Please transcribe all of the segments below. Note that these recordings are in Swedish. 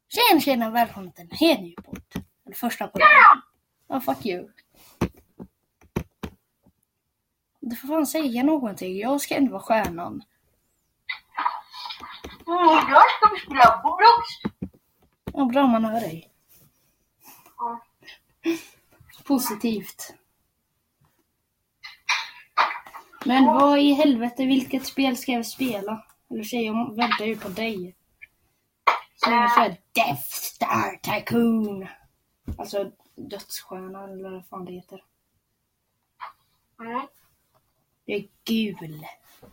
Tjena, välkommen till en helt ny podd. Eller första podden. Ja, fuck you. Du får fan säga någonting. Jag ska inte vara stjärnan. Jag ska spela Roblox. Ja, bra man hör dig. Ja. Positivt. Men vad i helvete, vilket spel ska jag spela? Eller säger jag väntar ju på dig. Så jag kör Death Star Tycoon. Alltså dödsstjärnan eller vad fan det heter. Mm. Det är gul.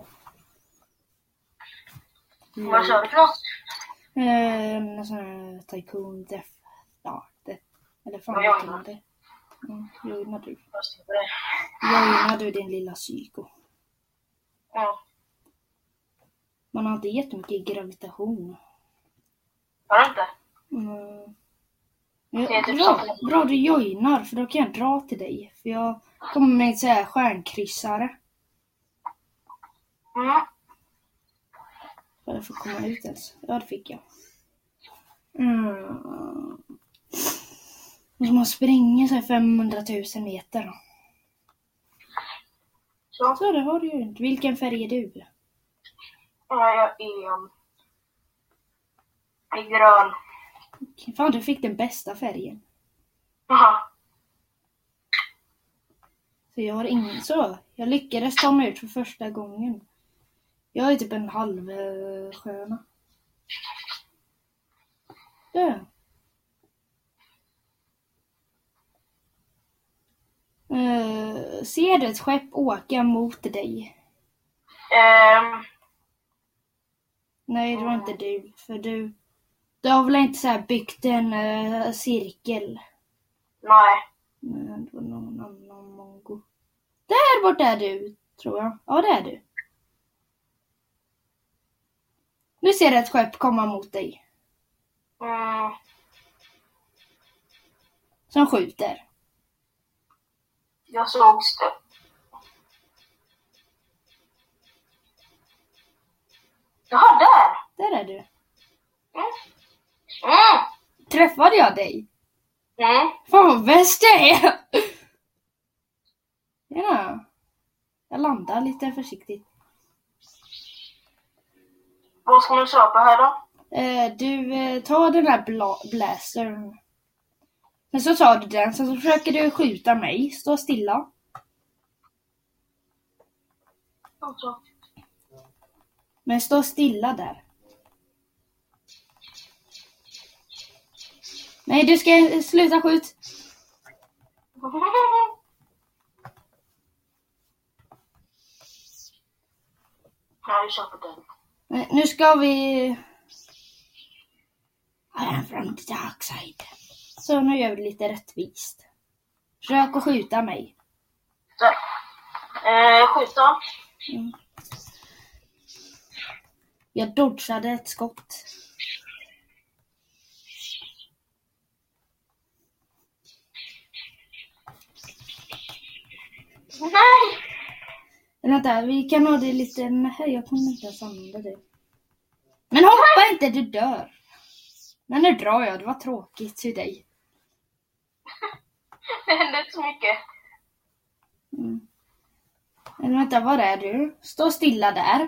Vad sa du för något? En sån här Tycoon Death Star. Eller fan heter man det? Joina du. Joina du din lilla psyko. Ja. Man har inte jättemycket gravitation. Har du inte? Bra du joinar, för då kan jag dra till dig. För jag kommer med en sån här stjärnkryssare. Mm. För jag får komma ut ens. Ja, det fick jag. Och man springer så här 500 000 meter. Så det har du ju inte. Vilken färg är du? Jag är grön. Fan, du fick den bästa färgen. Jaha. Så jag har ingen så. Jag lyckades ta mig ut för första gången. Jag är typ en halv sköna. Ja. Ser du ett skepp åka mot dig? Nej, det var inte du. För du har väl inte så här byggt en cirkel? Nej. Men det var någon annan mongo. Där borta är du, tror jag. Ja, det är du. Nu ser du ett skepp komma mot dig. Som skjuter. Jag sågs det. Jaha, där! Där är du. Mm. Träffade jag dig? Mm. Fan vad bäst jag är! Ja. Jag landar lite försiktigt. Vad ska man köpa här då? Du tar den här blastern. Men så tar du den, så försöker du skjuta mig. Stå stilla. Alltså. Men stå stilla där. Nej, du ska sluta skjut. Jag köper den. Nej, nu ska vi... I am from the dark side. Så nu gör vi lite rättvist. Försök att skjuta mig. Så. Skjuta. Mm. Jag dodgade ett skott. Nej! Vänta, vi kan ha det lite... Nej, jag kommer inte ens använda det. Men hoppa inte, du dör. Men nu drar jag, det var tråkigt till dig. Det hände inte så mycket. Men vänta, var är du? Stå stilla där.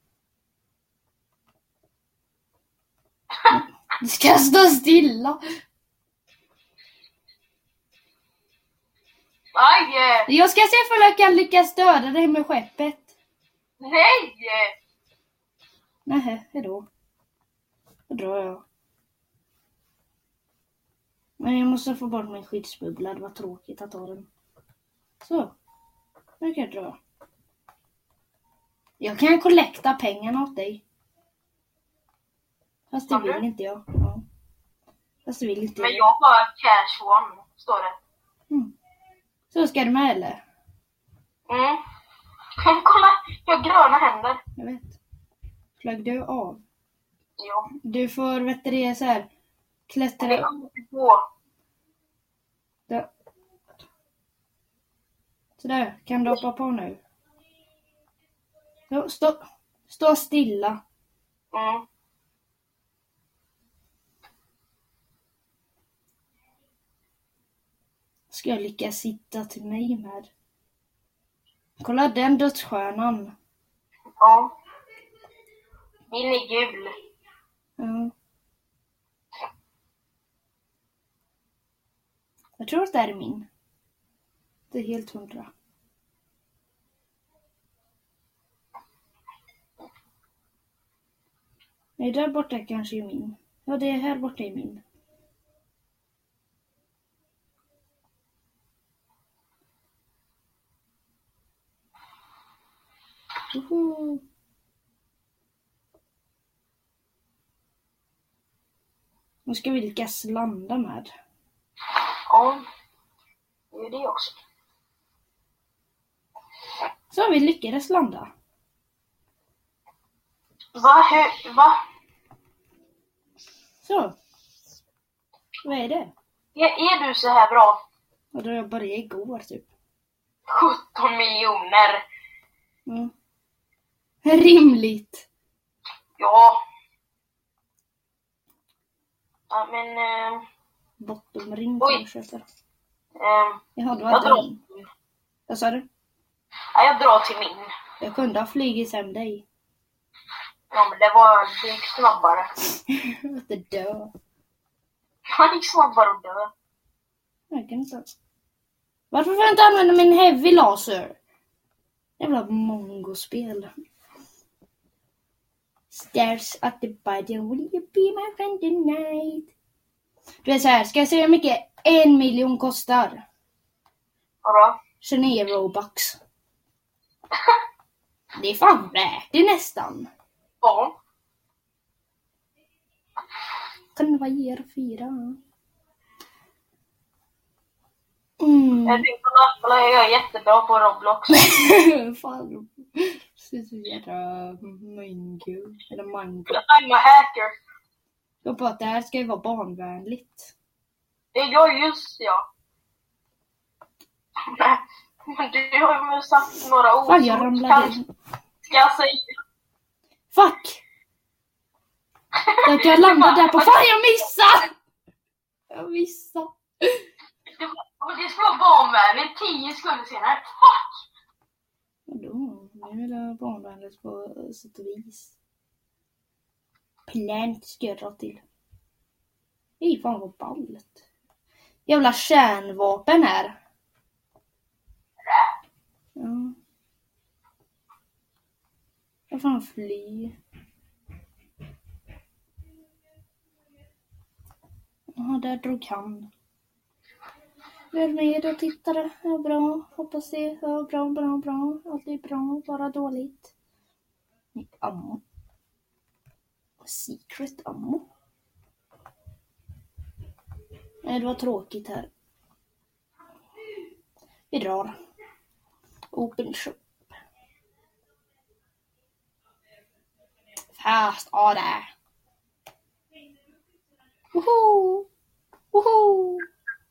Du ska stå stilla. Aj! Jag ska se om jag kan lyckas döda dig med skeppet. Nej! Nej, hejdå. Då drar jag. Men jag måste få bort min skyddsbubbla. Det var tråkigt att ta den. Så. Nu kan jag dra. Jag kan kollekta pengarna åt dig. Fast det vill inte jag. Ja. Fast det vill inte Men jag har cash one, står det. Så ska du med eller? Kolla, jag har gröna händer. Jag vet. Flög du av? Ja. Du får, vet du det, så här. Klättra. Det är på. Där. Så där, kan du hoppa på nu? Stå stilla. ska jag lyckas sitta till mig med. Kolla den dödsstjärnan. Ja. Min är gul. Ja. Jag tror att det här är min. Det är helt 100. Nej, där borta kanske är min. Ja, det är här borta är min. Woho! Nu ska vi lyckas landa med. Ja. Det är det också. Så har vi lyckades landa. Va? Så. Vad är det? Är du så här bra? Och då jag började igår typ. 17 miljoner. Mm. Rimligt. Ja. Ja, men... Bottenring Oj. kan jag köpa. Jaha, det jag var drar. den. Vad sa du? Ja, jag drar till min. Jag kunde ha flugit hem dig. Ja, men det gick snabbare. Att det dö. Det gick snabbare att dö. Jag kan inte. Varför får jag inte använda min heavy laser? Jävla mongospel. Stairs at the bottom, will you be my friend tonight? Du är så här, ska jag säga hur mycket 1 miljon kostar? Vadå? 29 Robux. Det är fan värt det nästan. Ja. Kan det vara er 4? Jag tänkte att jag är jättebra på Roblox. Fan. Så jävla mango. Eller mango. I'm a hacker. Jag på att det här ska ju vara barnvänligt. Det är jag just, ja. Men du har ju sagt några ord. Fan, jag ramlade in. Ska jag säga? Fuck! Jag landade där på... Fan, jag missade! Jag missade. Men det ska vara barnvänligt 10 sekunder senare. Fuck! Vadå? Nu är det barnvänligt på sätt och vis. Plant ska jag dra till. Ej, fan vad ballet. Jävla kärnvapen här. Ja. Jag fan fly. Ja, där drog han. Väl med och tittare. Ja, bra. Hoppas det. Ja, bra. Allt är bra. Bara dåligt. Ammo. Secret ammo. Nej, det var tråkigt här. Vi drar. Open shop. Fast order. Woho! Woho!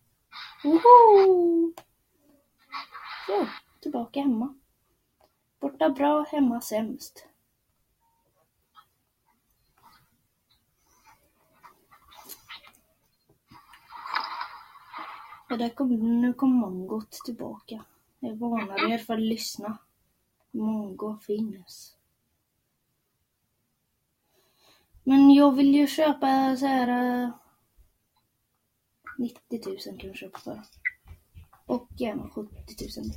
Woho! Så, tillbaka hemma. Borta bra, hemma sämst. Nu kom mongot tillbaka. Jag varnar er för att lyssna. Mongo finns. Men jag vill ju köpa så här 90 000 kan jag köpa för. Och gärna 70 000.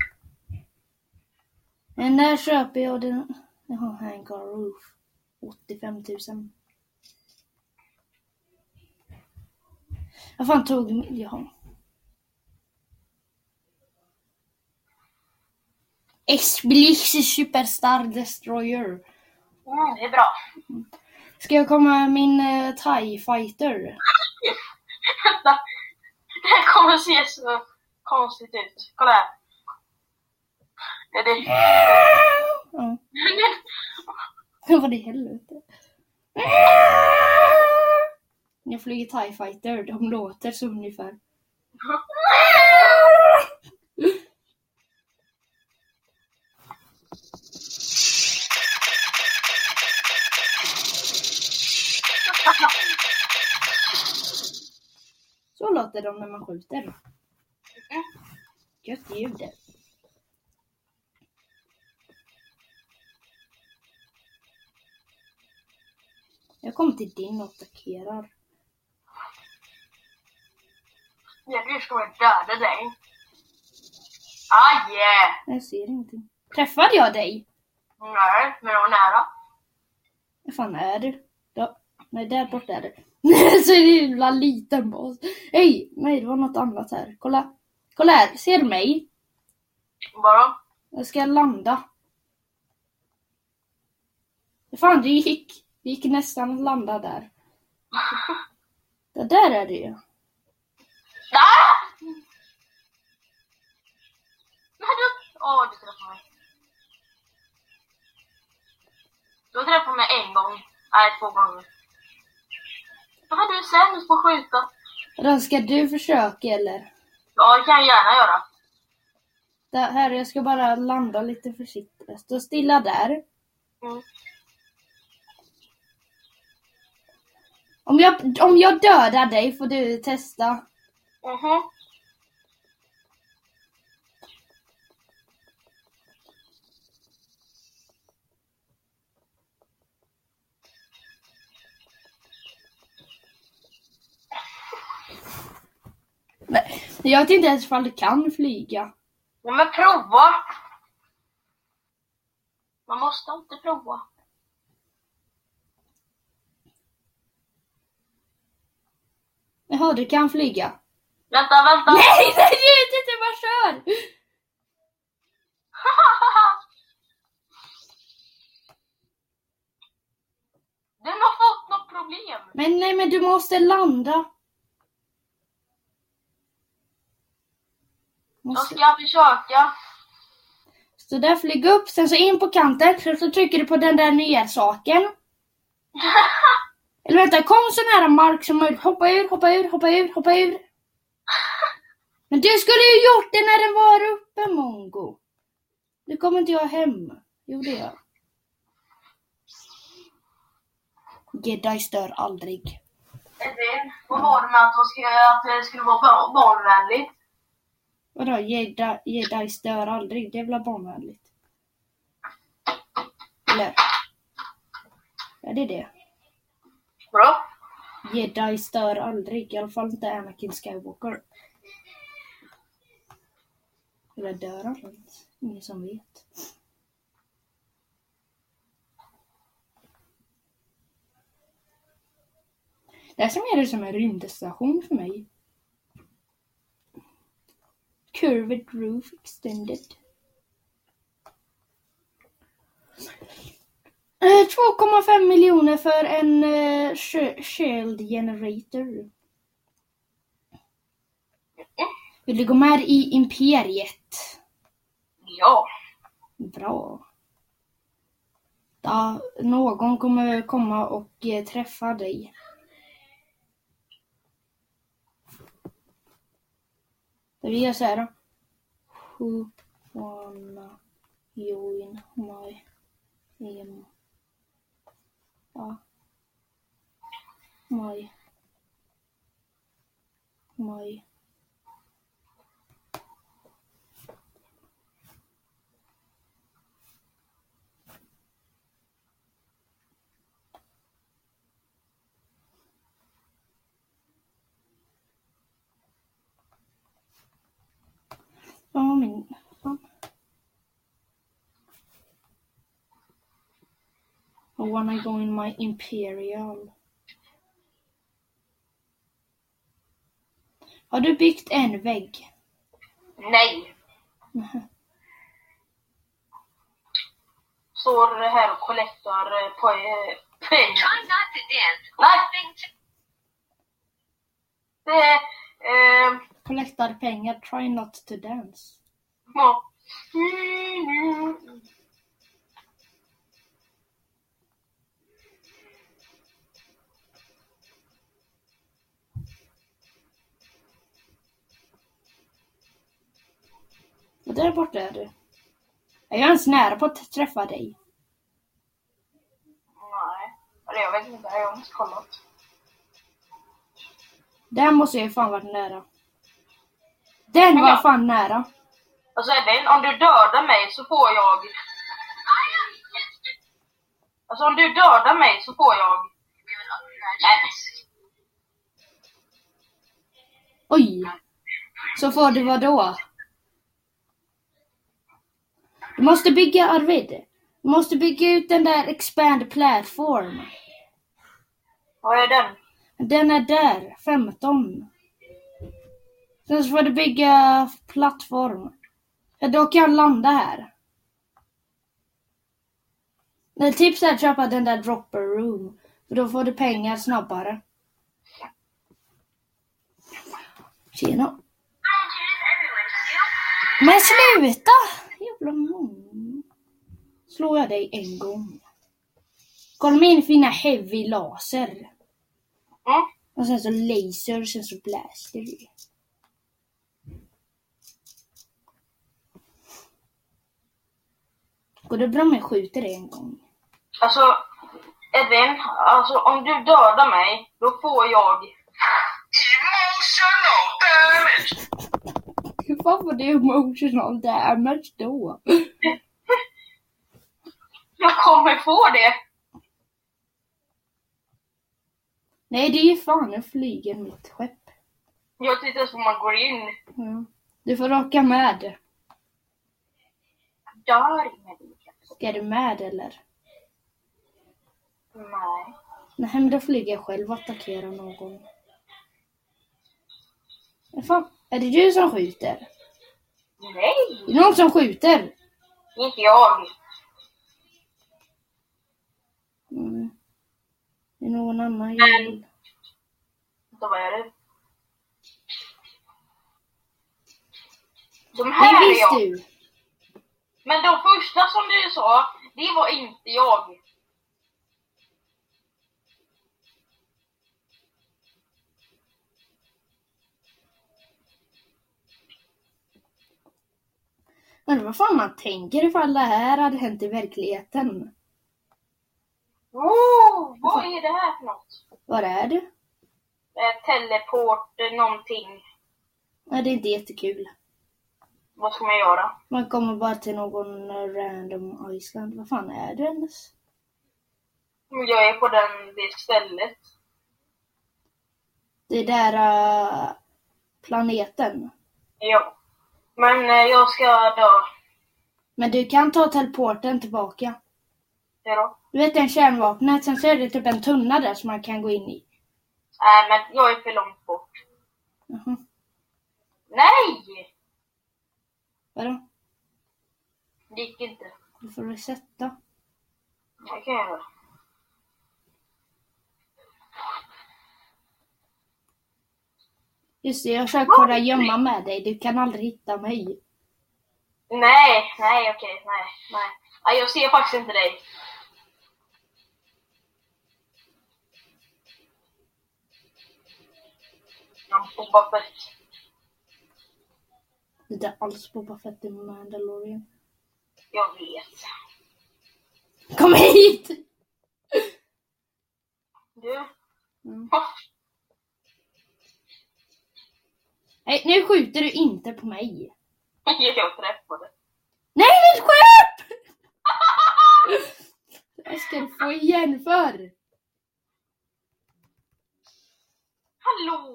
Men där köper jag den. Jag har Hangar Roof. 85 000. Jag fan tog min. Jaha. Expedition Superstar Destroyer. Det är bra. Ska jag komma med min TIE Fighter? Vänta. Det här kommer se så konstigt ut. Kolla här. Är det... Ja. Vad var det i helvete? Jag flyger TIE Fighter. De låter så ungefär. Så låter de när man skjuter. Gött ljud. Jag kommer till din och attackerar. Jag ska väl döda dig. Ah, yeah. Jag ser ingenting. Träffade jag dig? Nej, men jag var nära. Vad fan är du? Nej, där borta är det. Så är det en jävla liten boss. Hej, nej, det var något annat här. Kolla. Kolla här, ser du mig? Bara. Jag ska landa. Fan, det gick nästan att landa där. Det där är det ju. Ah! Nej, du träffade mig. Du träffade mig en gång. Nej, 2 gånger. Vad har du sämst på att skjuta? Då ska du försöka eller? Ja, det kan jag gärna göra. Här, jag ska bara landa lite försiktigt. Stå stilla där. Mm. Om jag dödar dig får du testa. Mhm. Nej, jag vet inte ens ifall du kan flyga. Ja, men prova. Man måste inte prova. Jaha, du kan flyga. Vänta. Nej, det är inte bara kör. Den har fått något problem. Men du måste landa. Då ska jag försöka. Så där, flyg upp, sen så in på kanten, så trycker du på den där nya saken. Eller vänta, kom så nära mark som möjligt. Hoppa ur. Men du skulle ju gjort det när den var uppe, Mongo. Nu kommer inte jag hem. Jo, det gör. Jedi stör aldrig. Edvin, vad var det med att det skulle vara barnvänligt? Vadå, Jedi stör aldrig? Det är väl barnvänligt? Eller? Ja, det är det. Bra. Jedi stör aldrig. I alla fall inte Anakin Skywalker. Eller dör han? Ingen som vet. Det är som en rymdstation för mig. Curved roof extended. 2,5 miljoner för en shield generator. Vill du gå med i Imperiet? Ja. Bra. Ja, någon kommer komma och träffa dig. Det vill jag säga då. Who wanna join my team? Ja. My. Ja, min fan. I wanna go in my Imperial. Har du byggt en vägg? Nej. Står här och kollektar på pengar. Nej. Det Kollektar pengar, try not to dance. ja. Och där borta är du. Jag är ens nära på att träffa dig. Nej. Eller jag vet inte, jag har inte kollat. Där måste jag fan varit nära. Den var fan nära. Alltså Edvin, om du dödar mig så får jag... Alltså om du dödar mig så får jag... Nej. Oj. Så får du vad då? Du måste bygga, Arvid. Du måste bygga ut den där expand platform. Vad är den? Den är där, 15. Sen så får du bygga plattform. För då kan jag landa här. Det tips är att köpa den där dropper room. För då får du pengar snabbare. Tjena. Men sluta! Jävla mån. Slår jag dig en gång. Kolla min fina heavy laser. Och sen så laser, sen så blaster. Går det bra om jag skjuter dig en gång? Alltså, Edvin, alltså om du dödar mig, då får jag... Emotional damage! Hur fan får du emotional damage då? Jag kommer få det. Nej, det är ju fan en flyger mitt skepp. Jag tittar så man går in. Ja. Du får raka med. Dör med det. Ska du med eller? Nej. Nej, men då flyger jag själv och attackerar någon. Men fan, är det du som skjuter? Nej. Är det någon som skjuter? Inte jag. Det är någon annan jävel. Vad är det? De här Det är visste jag. du. Men de första som du sa, det var inte jag. Men vad fan man tänker ifall det här hade hänt i verkligheten. Vad är det här för något? Vad är det? Teleport, någonting. Nej, det är inte jättekul. Vad ska man göra? Man kommer bara till någon random Island. Vad fan är det ens? Jag är på det stället. Det där planeten. Ja. Men jag ska dö. Men du kan ta teleporten tillbaka. Ja då. Du vet den kärnvapnet, sen så är det typ en tunna där som man kan gå in i. Nej, men jag är för långt bort. Uh-huh. Nej! Vadå? Det gick inte. Du får resetta. Jag kan göra. Just det, jag försöker kolla gömma med dig. Du kan aldrig hitta mig. Nej, okej, nej. Nej, jag ser faktiskt inte dig. Boba Fett. Det är alls Boba Fett i Mandalorian. Jag vet. Kom hit! Du? Nej, nu skjuter du inte på mig. Jag träffade. Nej, mitt skepp! Jag ska du få igen för. Hallå!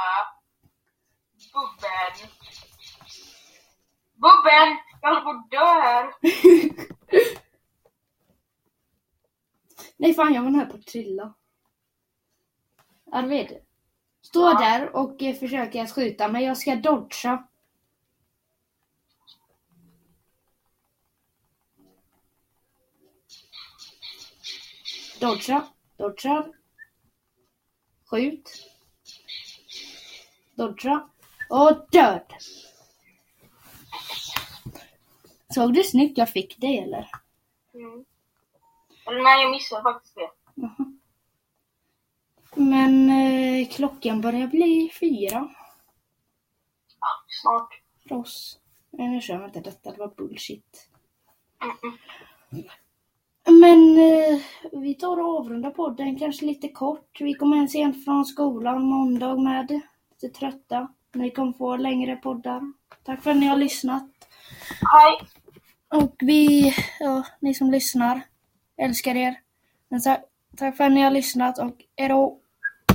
Bubben! Jag håller på att dö här. Nej, fan, jag var här på att trilla. Arvid. Stå där och försöka skjuta mig. Jag ska dodga. Dodga. Skjut. Dodga. Och död. Såg du snyggt jag fick det, eller? Eller nej, jag missade faktiskt det. Uh-huh. Men klockan börjar bli 4. Ja, snart. För oss. Nu kör jag inte detta, det var bullshit. Men vi tar och avrundar podden kanske lite kort. Vi kommer hem sent från skolan måndag med. Lite trötta. Ni kommer få längre poddar. Tack för att ni har lyssnat. Hej. Och ni som lyssnar, älskar er. Men tack för att ni har lyssnat och hejdå.